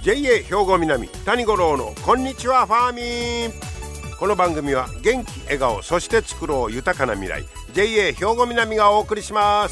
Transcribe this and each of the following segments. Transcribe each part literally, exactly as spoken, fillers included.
ジェイエー 兵庫南谷五郎のこんにちはファーミン。この番組は元気笑顔そして作ろう豊かな未来 ジェイエー 兵庫南がお送りします。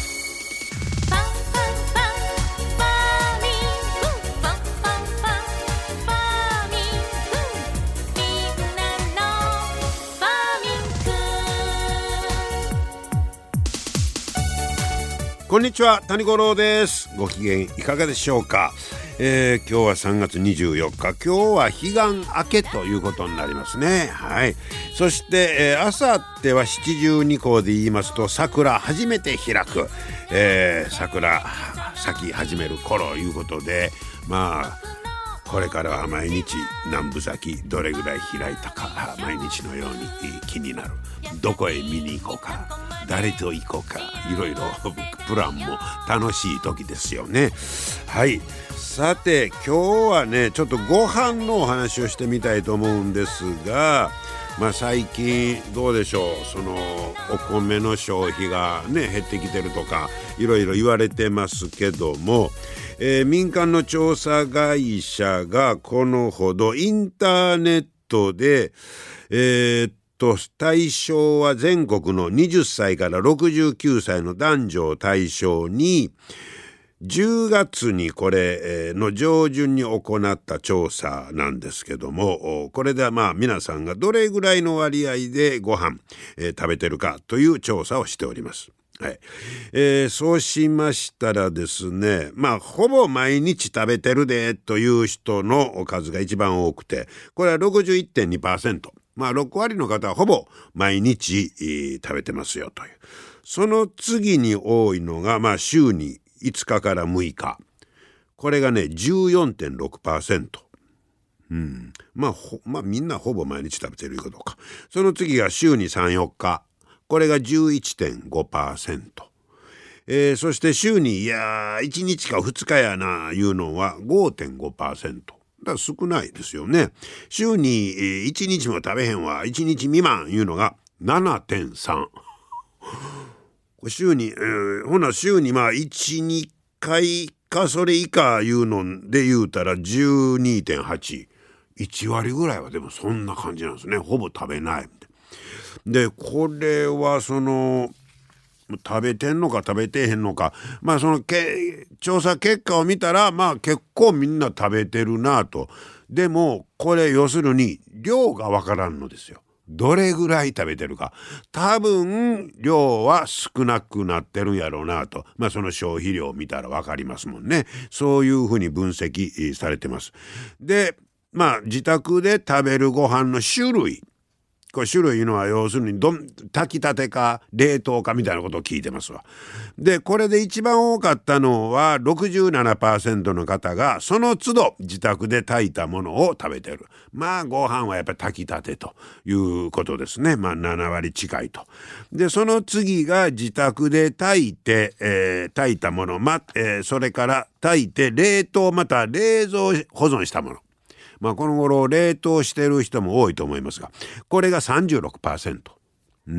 こんにちは谷五郎です。ご機嫌いかがでしょうか。えー、今日はさんがつにじゅうよっか、今日は彼岸明けということになりますね。はい。そして、えー、あさっては七十二候で言いますと桜初めて開く、えー、桜咲き始める頃いうことで、まあこれからは毎日何分咲きどれぐらい開いたか毎日のように気になる。どこへ見に行こうか、誰と行こうか、いろいろプランも楽しい時ですよね。はい。さて今日はねちょっとご飯のお話をしてみたいと思うんですが、まあ最近どうでしょう、そのお米の消費がね減ってきてるとかいろいろ言われてますけども、えー、民間の調査会社がこのほどインターネットでえー、っと対象は全国のはたちからろくじゅうきゅうさいの男女を対象にじゅうがつにこれの上旬に行った調査なんですけども、これではまあ皆さんがどれぐらいの割合でご飯、えー、食べてるかという調査をしております。はい。えー、そうしましたらですね、まあほぼ毎日食べてるでという人の数が一番多くて、これは ろくじゅういってんにパーセント、まあろくわりの方はほぼ毎日、えー、食べてますよという。その次に多いのがまあ週にいつかからむいか、これがね じゅうよんてんろくパーセント、うん、まあ、まあみんなほぼ毎日食べてるいうことか。その次が週にさん、よっか、これが じゅういってんごパーセント、えー、そして週にいやいちにちかふつかやないうのは ごてんごパーセント、だから少ないですよね。週にいちにちも食べへんわいちにち未満いうのが ななてんさん、週に、えー、ほな週にまあいち、にかいかそれ以下いうので言うたら じゅうにてんはち、いちわりぐらいはでもそんな感じなんですね。ほぼ食べないで、これはその食べてんのか食べてへんのか、まあそのけ調査結果を見たらまあ結構みんな食べてるなと。でもこれ要するに量がわからんのですよ。どれぐらい食べてるか。多分量は少なくなってるんやろうなと、まあその消費量を見たら分かりますもんね。そういうふうに分析されてます。でまあ自宅で食べるご飯の種類、これ種類いうのは要するにどん炊きたてか冷凍かみたいなことを聞いてますわ。でこれで一番多かったのは ろくじゅうななパーセント の方がその都度自宅で炊いたものを食べてる。まあご飯はやっぱり炊きたてということですね。まあななわり近いと。でその次が自宅で炊いて、えー、炊いたもの、まえー、それから炊いて冷凍また冷蔵保存したもの、まあこの頃冷凍してる人も多いと思いますが、これが さんじゅうろくパーセント。うん、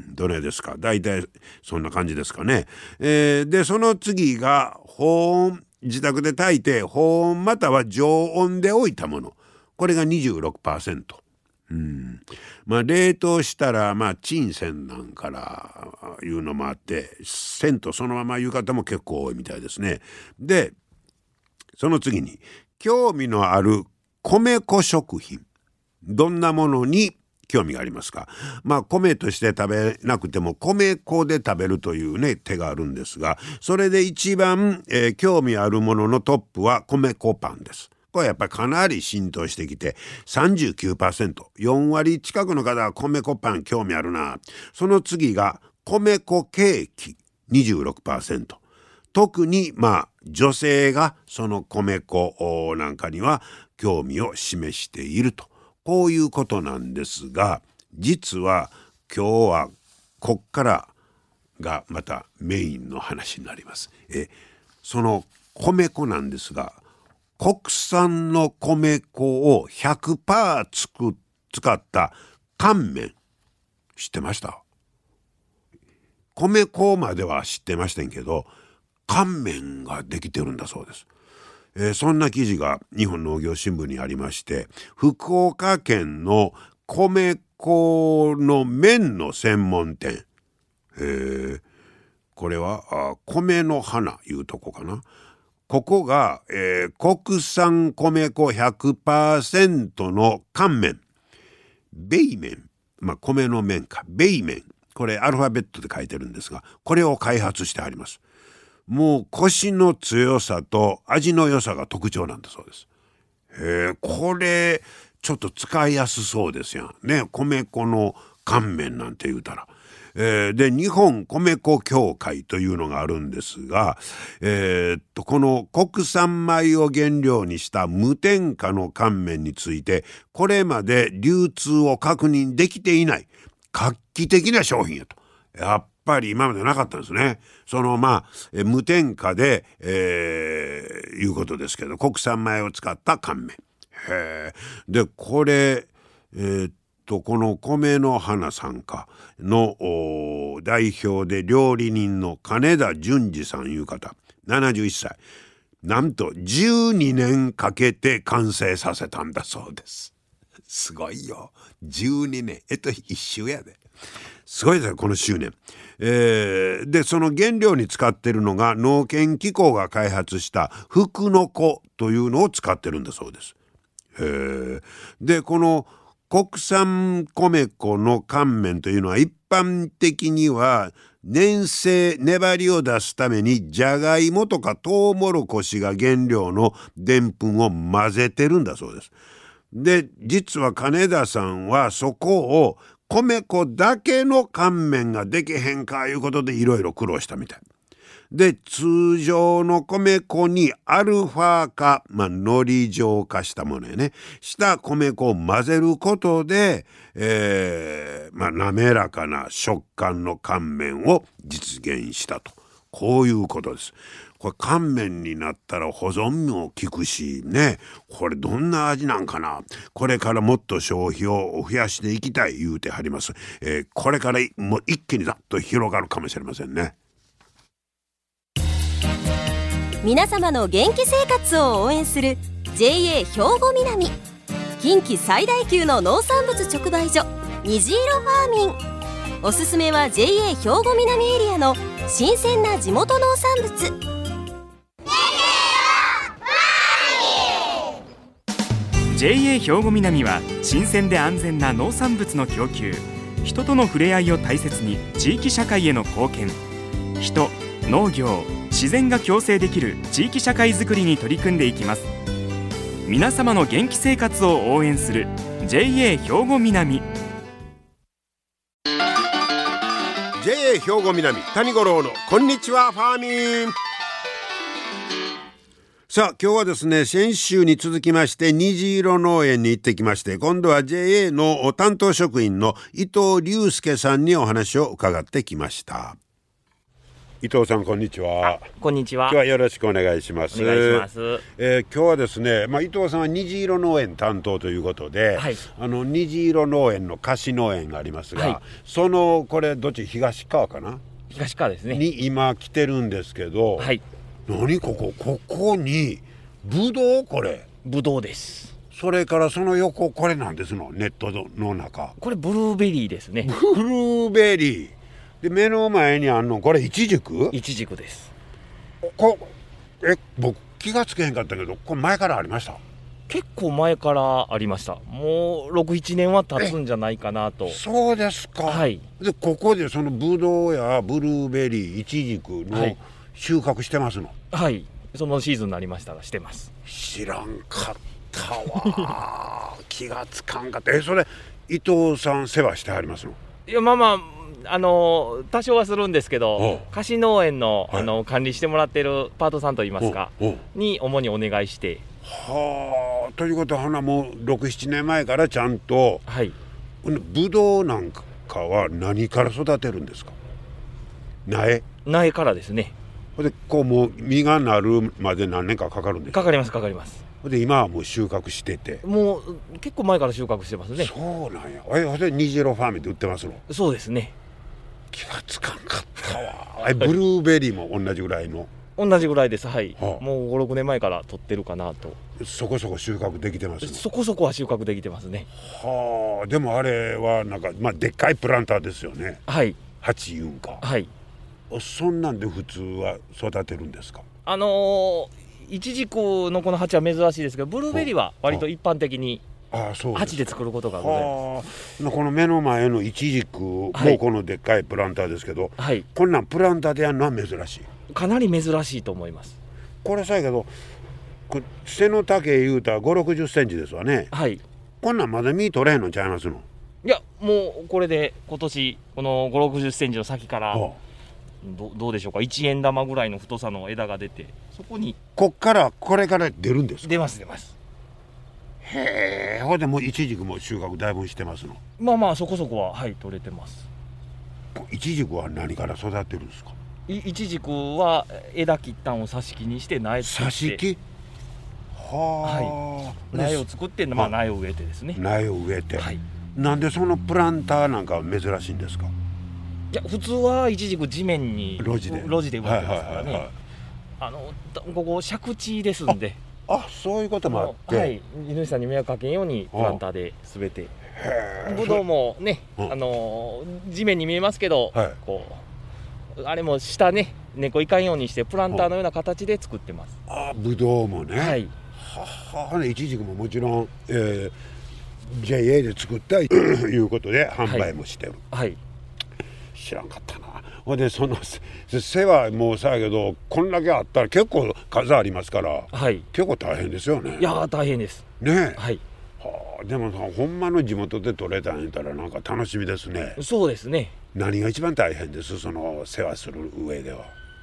どれですか。だいたいそんな感じですかね。えー、でその次が保温、自宅で炊いて保温または常温で置いたもの、これが にじゅうろくパーセント。うん、まあ冷凍したらまあチンせんなんからいうのもあってせんとそのままいう方も結構多いみたいですね。でその次に興味のある米粉食品、どんなものに興味がありますか。まあ米として食べなくても米粉で食べるというね手があるんですが、それで一番、えー、興味あるもののトップは米粉パンです。これやっぱりかなり浸透してきて さんじゅうきゅうパーセント、よんわり近くの方は米粉パン興味あるな。その次が米粉ケーキ にじゅうろくパーセント、特にまあ女性がその米粉なんかには興味を示していると、こういうことなんですが、実は今日はこっからがまたメインの話になります。えその米粉なんですが、国産の米粉を ひゃくパーセント 使った乾麺知ってました？米粉までは知ってましたんけど乾麺ができてるんだそうです。 えー、そんな記事が日本農業新聞にありまして、福岡県の米粉の麺の専門店、えー、これはあ米の花いうとこかな。ここが、えー、国産米粉 ひゃくパーセント の乾麺、米麺、まあ米の麺か、米麺、これアルファベットで書いてるんですが、これを開発してあります。もうコシの強さと味の良さが特徴なんだそうです。へえ、これちょっと使いやすそうですやんね。米粉の乾麺なんて言うたら。えー、で日本米粉協会というのがあるんですが、えー、っとこの国産米を原料にした無添加の乾麺について、これまで流通を確認できていない画期的な商品やと。やっぱり今までなかったんですね。そのまあえ無添加で、えー、いうことですけど、国産米を使った乾麺。へー。でこれえー、っとこの米の花さんかの代表で料理人の金田淳二さんいう方、ななじゅういっさい、なんとじゅうにねんかけて完成させたんだそうです。すごいよ、じゅうにねん、えっと一周やですごいですよこの執念。えー、でその原料に使ってるのが農研機構が開発した福の粉というのを使ってるんだそうです。へー。でこの国産米粉の乾麺というのは一般的には粘性、粘りを出すためにじゃがいもとかトウモロコシが原料のでんぷんを混ぜてるんだそうです。で実は金田さんはそこを米粉だけの乾麺ができへんかいうことでいろいろ苦労したみたいで、通常の米粉にアルファ化、まあ、のり状化したものやね、した米粉を混ぜることで、えー、まあ、滑らかな食感の乾麺を実現したと。こういうことです。これ乾麺になったら保存も効くしね、これどんな味なんかな。これからもっと消費を増やしていきたい言うてはります。えー、これからもう一気にざっと広がるかもしれませんね。 皆様の元気生活を応援する ジェーエー 兵庫南、近畿最大級の農産物直売所虹色ファーミン。おすすめは ジェーエー 兵庫南エリアの新鮮な地元農産物。 ジェーエー 兵庫南は新鮮で安全な農産物の供給、人との触れ合いを大切に地域社会への貢献、人、農業、自然が共生できる地域社会づくりに取り組んでいきます。皆様の元気生活を応援する ジェーエー 兵庫南。 ジェーエー 兵庫南谷五郎のこんにちはファーミン。さあ今日はですね、先週に続きまして虹色農園に行ってきまして、今度は ジェーエー の担当職員の伊藤隆介さんにお話を伺ってきました。伊藤さんこんにちは。 こんにちは。 今日はよろしくお願いします。 お願いします。 えー、今日はですね、まあ、伊藤さんは虹色農園担当ということで、はい、あの虹色農園の貸し農園がありますが、はい、そのこれどっち東川かな、 東川ですねに今来てるんですけど、 はい、 何ここここにブドウ、これブドウです。 それからその横これなんですの、ネットの中、 これブルーベリーですね。 ブルーベリーで目の前にあんのこれイチジク。 イチジクです。 こえ僕気がつけへんかったけど、これ前からありました。 結構前からありました。もうろく、ななねんは経つんじゃないかなと。 そうですか。 はい。 でここでそのブドウやブルーベリー、イチジクの収穫してますの。 はい、はい、そのシーズンになりましたらしてます。 知らんかったわ気がつかんかった。えそれ伊藤さん世話してはりますの。 いやまあまああの多少はするんですけど、貸し農園 の,、はい、あの管理してもらっているパートさんといいますかに主にお願いして。 はあ、ということはもうろく、ななねんまえからちゃんと、 はい、 ブドウなんかは何から育てるんですか。苗苗からですね。 でこうもう実がなるまで何年かかかるんですか。 かかりますかかります。 で今はもう収穫してて、もう結構前から収穫してますね。 そうなんや。えで虹色ファーミンで売ってますの。 そうですね。 気がつかんかったわえブルーベリーも同じぐらいの。 同じぐらいです。はい、 はあ、 もうごろくねんまえから取ってるかなと。 そこそこ収穫できてます。 そこそこは収穫できてますね。 はあ、でもあれはなんか、まあ、でっかいプランターですよね。 はい、 鉢いうんか。 はい、 そんなんで普通は育てるんですか？ あのー、イチジクのこの鉢は珍しいですけど、ブルーベリーは割と一般的に鉢で作ることがございます。 はあ、この目の前のイチジクもこのでっかいプランターですけど、 はい、 こんなんプランターでやるのは珍しい。 かなり珍しいと思います。 これさやけど背の丈いうたらごじゅうろくじゅっセンチですわね。 はい、 こんなんまだ実取れへんのちゃいますの？ いや、もうこれで今年このごじゅうろくじゅっセンチの先から、はあ、ど, どうでしょうか、いちえん玉ぐらいの太さの枝が出て、そこにこっからこれから出るんですか？ 出ます出ます。 へえ、ほんでもうイチジクも収穫だいぶしてますの？ まあまあそこそこは、はい、取れてます。 イチジクは何から育てるんですか？ いイチジクは枝切ったんを挿し木にして苗作って、 挿し木、 はあ、はい、苗を作って、まあ、苗を植えてですね。苗を植えて、 はい、 なんでそのプランターなんか珍しいんですか？ いや、普通はイチジク地面に路地で路地で植えてますからね。あのここ借地ですんで。 ああ、そういうこともあって、 はい、地主さんに迷惑かけんようにプランターで全て。ブドウもね、あの地面に見えますけど、はい、こうあれも下ね、猫いかんようにしてプランターのような形で作ってます。 ああ、ブドウもね。はい。はは、イチジクももちろん、えー、ジェイエー で作ったいうことで販売もしてる。はい。はい、知らんかったな。ほんでその世話もうさやけど、こんだけあったら結構数ありますから、はい、結構大変ですよね。 いや大変ですね。 はい。 はあ、でもさ、ほんまの地元で取れたんやったらなんか楽しみですね。 そうですね。 何が一番大変です？その世話する上では。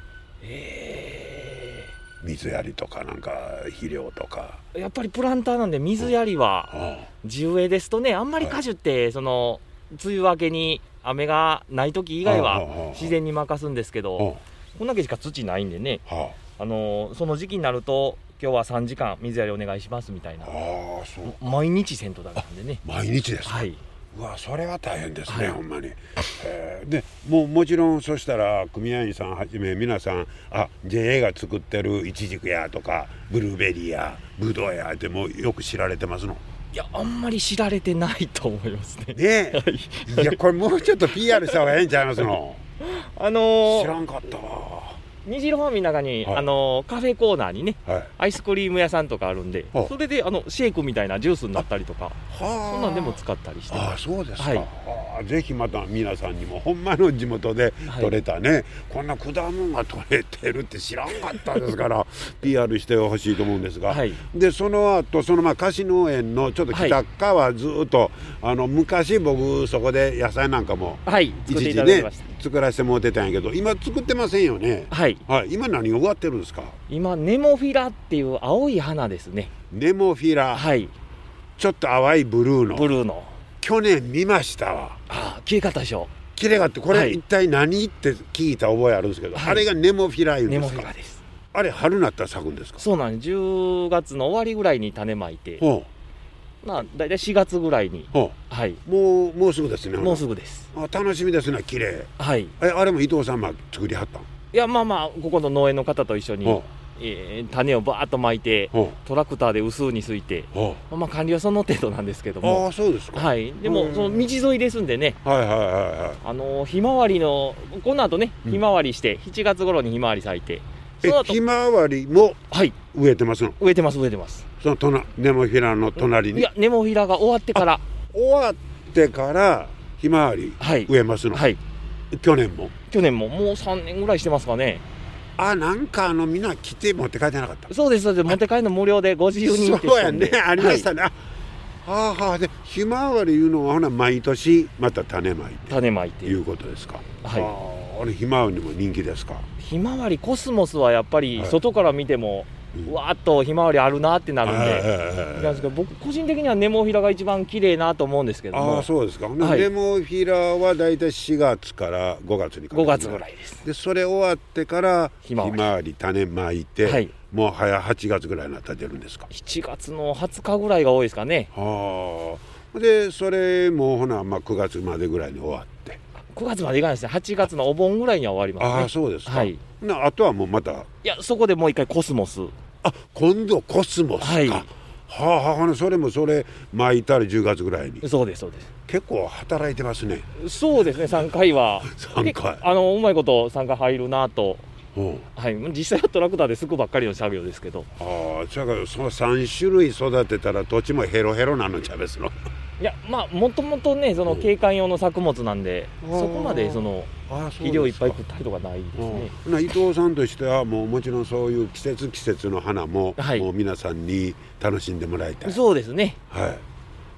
えー、水やりとかなんか肥料とか。 やっぱりプランターなんで水やりは地植えですとね、あんまり果樹ってその梅雨明けに雨がない時以外は自然に任すんですけど、こんだけしか土ないんでね、あのその時期になると今日はさんじかん水やりお願いしますみたいな。あ、そう毎日せんとダメなんでね。毎日ですか？はい。うわ、それは大変ですね、はい、ほんまに。えー、でもうもちろんそしたら組合員さんはじめ皆さん、あ、 ジェイエー が作ってるイチジクやとかブルーベリーやブドウやってもよく知られてますの？ いや、あんまり知られてないと思いますね。 ねえ、はい、いや、これもうちょっと ピーアール した方がええんちゃいますの？ あのー、 知らんかったわ。 虹色ファーミンの中に、はい、あのカフェコーナーにね、はい、アイスクリーム屋さんとかあるんで、それであのシェイクみたいなジュースになったりとか、そんなんでも使ったりして。 ああ、そうですか。はい、あ、ぜひまた皆さんにもほんまの地元で採れたね、はい、こんな果物が採れてるって知らんかったですからピーアール してほしいと思うんですが、はい、でその後そのまあ菓子農園のちょっと北側ずっと、はい、あの昔僕そこで野菜なんかも一時ね作らせてもらってたんやけど、今作ってませんよね。はい、はい、今何が植わってるんですか？ 今ネモフィラっていう青い花ですね。 ネモフィラ、はい、ちょっと淡いブルーのブルーの去年見ましたわ。 ああ、綺麗かったでしょ。 綺麗かった。これ、はい、一体何って聞いた覚えあるんですけど、はい、あれがネモフィラいうんですか？ネモフィラです。あれ春になったら咲くんですか？ そうなんです。じゅうがつの終わりぐらいに種まいて、まあだいたいしがつぐらいに、はい、 もうもうすぐですね。 もうすぐです。 あ、楽しみですね。綺麗。 はい。 え、あれも伊藤さんが作りはったん？ いや、まあまあここの農園の方と一緒に、えー、種をバーッと巻いてトラクターで薄にすいて、まあ管理はその程度なんですけども。 ああ、そうですか。 はい。でもその道沿いですんでね、 はいはいはいはい、 あのひまわりのこの後ね、ひまわりしてしちがつ頃にひまわり咲いて、 その後ひまわりも植えてますの？ 植えてます植えてます。 その隣ネモフィラの隣に。 いや、ネモフィラが終わってから終わってからひまわり植えますの？はい、去年も去年ももうさんねんぐらいしてますかね。 あ、なんかあのみんな来て持って帰ってなかった？ そうですそうです。持って帰るの無料でご自由にってそうやね、ありましたね。はい、はあはあ、でひまわりいうのはほな毎年また種まいて種まいていうことですか？ はい。 あ、あれひまわりにも人気ですか？ ひまわりコスモスはやっぱり外から見ても、はい、うわーっとひまわりあるなってなるんで、なんですけど、僕個人的にはネモフィラが一番綺麗なと思うんですけども。 ああ、そうですか。はい、ネモフィラはだいたいしがつからごがつにかけてごがつぐらいです。 でそれ終わってからひまわり種まいて、はい、もう早はちがつぐらいになったら出るんですか？ しちがつのはつかぐらいが多いですかね。 はあ。でそれもほな、まあ、くがつまでぐらいに終わって、 くがつまでいかないですね。はちがつのお盆ぐらいには終わりますね。 ああそうですか、 はい、 なあとはもうまたいやそこでもう一回コスモス。 あ今度コスモスか、はい、はあはあそれもそれ巻いたらじゅうがつぐらいに。 そうですそうです。 結構働いてますね。 そうですねさんかいはさんかいあのうまいことさんかい入るなと。はい、実際はトラクターですくばっかりの作業ですけど。 ああ、だからそのさん種類育てたら土地もヘロヘロなのちゃうですの。 いやまあもともとねその景観用の作物なんで、うん、そこまでその肥料いっぱい食ったりとかないですね。 な伊藤さんとしてはもうもちろんそういう季節季節の花も、はい、もう皆さんに楽しんでもらいたい。 そうですね。 はい。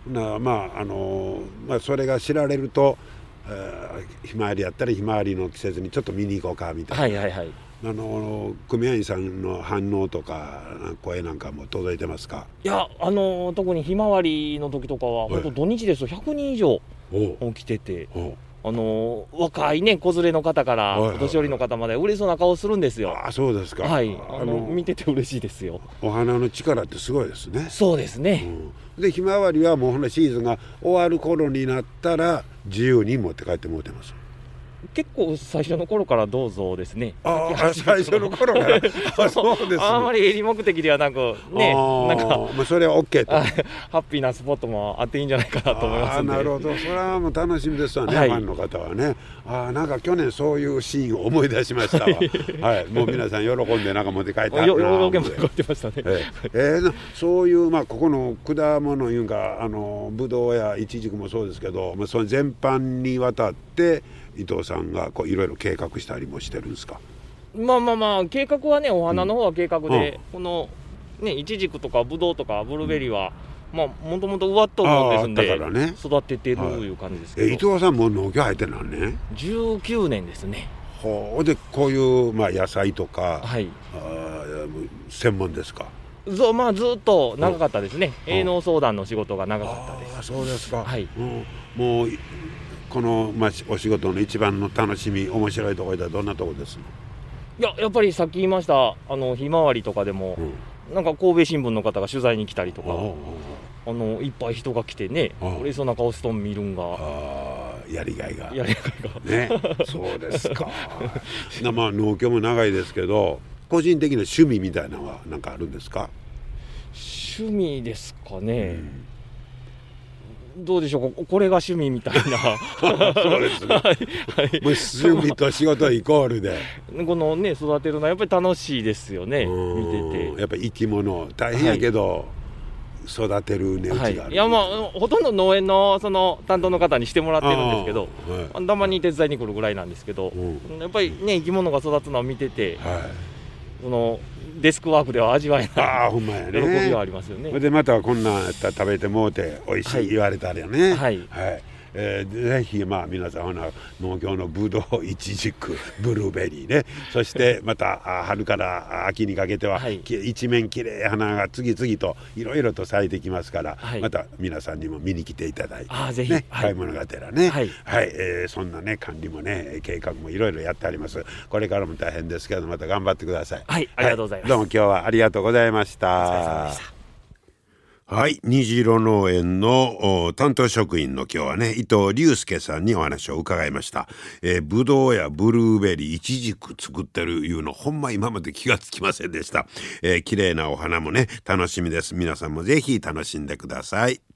なまああのまあそれが知られると、えー、ひまわりやったらひまわりの季節にちょっと見に行こうかみたいな。はいはいはい。あの組合員さんの反応とか声なんかも届いてますか？ いやあの特にひまわりの時とかは本当土日ですとひゃくにん以上来てて、あの若いね子連れの方からお年寄りの方まで嬉しそうな顔するんですよ。 あそうですか。 はいあの見てて嬉しいですよ。 お花の力ってすごいですね。 そうですね、 うん、でひまわりはもうほんのシーズンが終わる頃になったら自由に持って帰ってもうてます。 結構最初の頃からどうぞですね。 ああ最初の頃からあそうです、ね、 あんまり営利目的ではなくねなんか、 まあ、それは OK とハッピーなスポットもあっていいんじゃないかなと思いますんで。 あなるほどそれはもう楽しみですわね、はい、ファンの方はね。あなんか去年そういうシーンを思い出しましたわはい、もう皆さん喜んでなんか持って帰ってはるなよ喜んで帰ってましたね。 えーえー、そういう、まあ、ここの果物いうかあのブドウやイチジクもそうですけど、まあ、その全般にわたって伊藤さんがこういろいろ計画したりもしてるんですか？ まあまあまあ計画はねお花の方は計画で、うん、このねイチジクとかブドウとかブルーベリーは、うん、まあもともと植わっとるもんですんで、ね、育ててるいう感じですけど、 はい、え伊藤さんも農業入って何年？ じゅうきゅうねんですね。 ほうでこういう、まあ、野菜とか、はい、あ専門ですか？ そうまあずっと長かったですね、うん、営農相談の仕事が長かったです。 あそうですか、 はい、 うん、もうこの、まあ、お仕事の一番の楽しみ面白いところはどんなところですの？ いややっぱりさっき言いましたあのひまわりとかでも、うん、なんか神戸新聞の方が取材に来たりとか、あのいっぱい人が来てね嬉しそうな顔しとん見るんがあやりがいがやりがいがねそうですかまあ農協も長いですけど個人的な趣味みたいなのは何かあるんですか？ 趣味ですかね、うん、どうでしょうこれが趣味みたいなそうですね、はいはい、もう趣味と仕事イコールでこのね育てるのはやっぱり楽しいですよね見てて。 やっぱり生き物大変やけど、はい育てる値打ちがある、はい、いやまあほとんど農園のその担当の方にしてもらってるんですけど、はい、たまに手伝いに来るぐらいなんですけど、うん、やっぱりね生き物が育つのを見てて、はい、そのデスクワークでは味わえないあほんまや、ね、 喜びはありますよね。 でまたこんなんやったら食べてもうて美味しい言われたらよね。はい、はいはいえー、ぜひまあ皆さん農業のブドウイチジクブルーベリーねそしてまた春から秋にかけては、はい、一面きれい花が次々といろいろと咲いてきますから、はい、また皆さんにも見に来ていただいて、 あぜひ、 ねはい、買い物がてらね、 はいはいえー、そんなね管理もね計画もいろいろやってあります。これからも大変ですけどまた頑張ってください。 はいありがとうございます、 はい、どうも今日はありがとうございました。 お疲れ様でした。 はい、虹色農園の担当職員の今日はね伊藤隆介さんにお話を伺いました。えー、ブドウやブルーベリーイチジク作ってるいうのほんま今まで気がつきませんでした。えー、綺麗なお花もね楽しみです。皆さんもぜひ楽しんでください。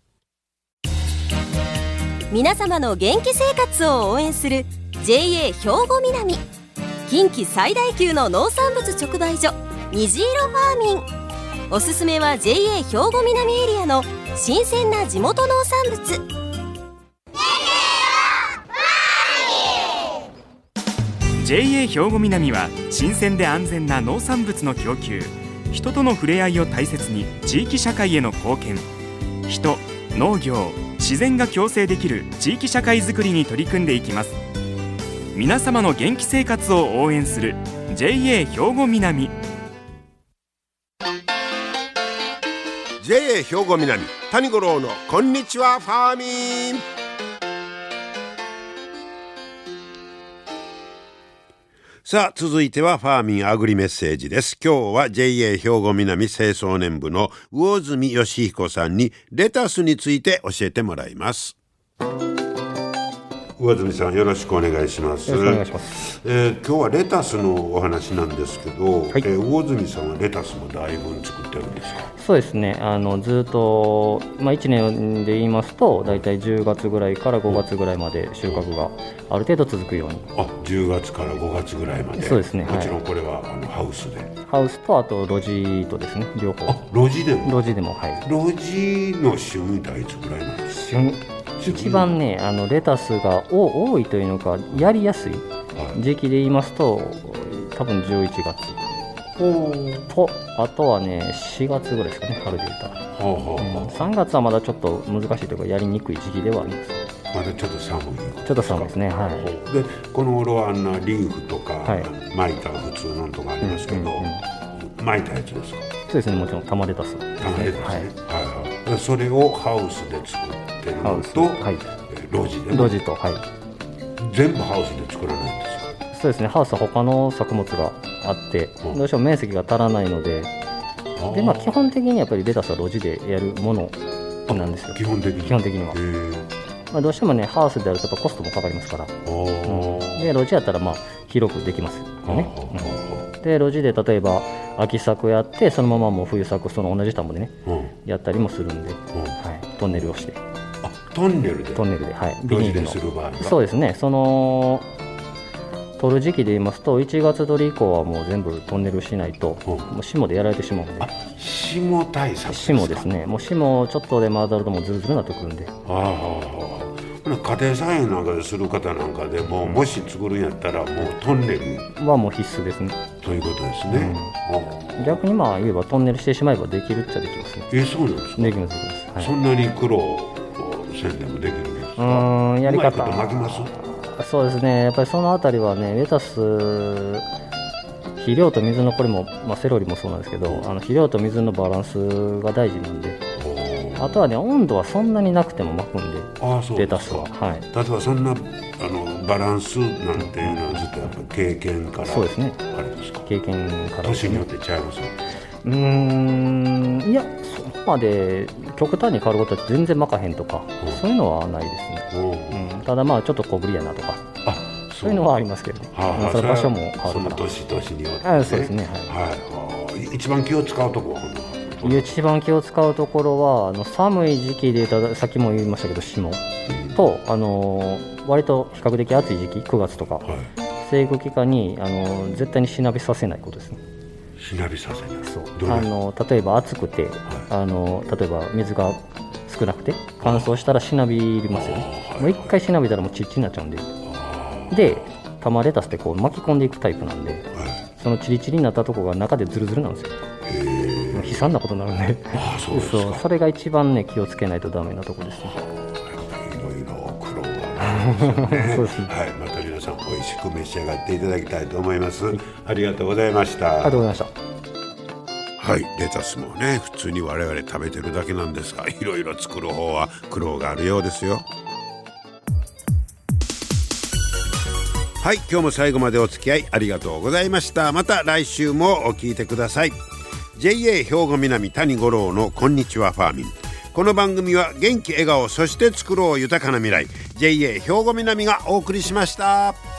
皆様の元気生活を応援する ジェーエー 兵庫南近畿最大級の農産物直売所虹色ファーミン。おすすめは ジェーエー 兵庫南エリアの新鮮な地元農産物。 ジェーエー 兵庫南は新鮮で安全な農産物の供給、人との触れ合いを大切に地域社会への貢献、人、農業、自然が共生できる地域社会づくりに取り組んでいきます。皆様の元気生活を応援する ジェーエー 兵庫南。 ジェーエー 兵庫南谷五郎のこんにちはファーミン。さあ続いてはファーミンアグリメッセージです。今日は ジェーエー 兵庫南清掃年部の魚住義彦さんにレタスについて教えてもらいます。 上住さん、よろしくお願いします。 よろしくお願いします。 えー、今日はレタスのお話なんですけど、 はい、 えー、魚住さんはレタスもだいぶ作ってるんですか？ そうですね、あのずっと、まあ、いちねんで言いますとだいたいじゅうがつぐらいからごがつぐらいまで収穫がある程度続くように。 あ、じゅうがつからごがつぐらいまで。 そうですね、 もちろんこれは、はい、あのハウスでハウスとあと露地とですね、両方。 あ、露地でも露地でも、はい。 露地の旬っていつぐらいなんですか？ 旬一番ね、あのレタスが多いというのかやりやすい時期で言いますと、多分じゅういちがつと、あとはねしがつぐらいですかね、春で言ったら。はあはあ、うん、さんがつはまだちょっと難しいというかやりにくい時期ではあります。 まだちょっと寒い。 ちょっと寒いですね。はい。 でこの頃はあんなリーフとか、はい、巻いた普通のとかありますけど、うんうんうん、巻いたやつですか？ そうですね、もちろん玉レタス、ね、 玉レタスね、はいはいはい、それをハウスで作ってるのと、はい、露地で露地と、はい、 全部ハウスで作らないんですか？ そうですね、ハウスは他の作物があって、うん、どうしても面積が足らないので、で、まあ、基本的にやっぱりレタスは露地でやるものなんですよ。 基本的に基本的には、まあ、どうしてもねハウスでやるとやっぱコストもかかりますから、うん、で露地やったらまあ広くできますよね。うん、で露地で例えば秋作やってそのままもう冬作その同じ田んぼでね、うん、やったりもするんで、うん、はい、トンネルをして。 あ、トンネルでトンネルで、はい、 ビニールのする場合はそうですね、その取る時期で言いますといちがつ取り以降はもう全部トンネルしないと、うん、もう霜でやられてしまうので。 あ、霜対策ですか？ 霜ですね、もう霜ちょっとでも当たるともうズルズルになってくるんで。 ああ、家庭菜園なんかでする方なんかでも、うん、もし作るんやったらもうトンネルはもう必須ですね。 ということですね。 うん、逆にまあ言えばトンネルしてしまえばできるっちゃできますね。 え、そうなんですか？ できますできます、はい、そんなに苦労せんでもできるんですか？うーん、やり方。 うまいこと巻きます？ そうですね、やっぱりそのあたりはね、レタス肥料と水のこれも、まあ、セロリもそうなんですけど、あの肥料と水のバランスが大事なんで、あとはね温度はそんなになくても巻くんで。 ああ、そうレタスは、はい、 例えばそんなあのバランスなんていうのはずっとやっぱ経験からそうですね、 あれですか？ 経験から、ね、 年によって違います？ うーん、いやそこまで極端に変わることは全然巻かへんとか、うん、そういうのはないですね。うん、ただまあちょっと小ぶりやなとか、あ、そういうのはありますけどね。はあ、その場所も変わるから。その年々によって、ね、 あ、そうですね、 はい、はい、一番気を使うところは一番気を使うところはあの寒い時期で言ったらさっきも言いましたけど霜、うん、と、あのー、割と比較的暑い時期くがつとか、はい、生育期間に、あのー、絶対にしなびさせないことですね。 しなびさせない。 そう、あのー、例えば暑くて、はい、あのー、例えば水が少なくて乾燥したらしなびりますよね。もう一回しなびたらもうチッチになっちゃうんで、で玉レタスってこう巻き込んでいくタイプなんで、はい、そのチリチリになったところが中でズルズルなんですよ。悲惨なことになるんで。 あ、そうですか。 そう、それが一番ね気をつけないとダメなところですね。 やっぱりいろいろ苦労があるんですよね。そうですね。はい、また皆さん美味しく召し上がっていただきたいと思います。はい、ありがとうございました。 ありがとうございました。 はい、レタスもね普通に我々食べてるだけなんですが、いろいろ作る方は苦労があるようですよ。はい、今日も最後までお付き合いありがとうございました。また来週もお聞いてください。 ジェイエー 兵庫南谷五郎のこんにちはファーミン。この番組は元気笑顔そして作ろう豊かな未来 ジェイエー 兵庫南がお送りしました。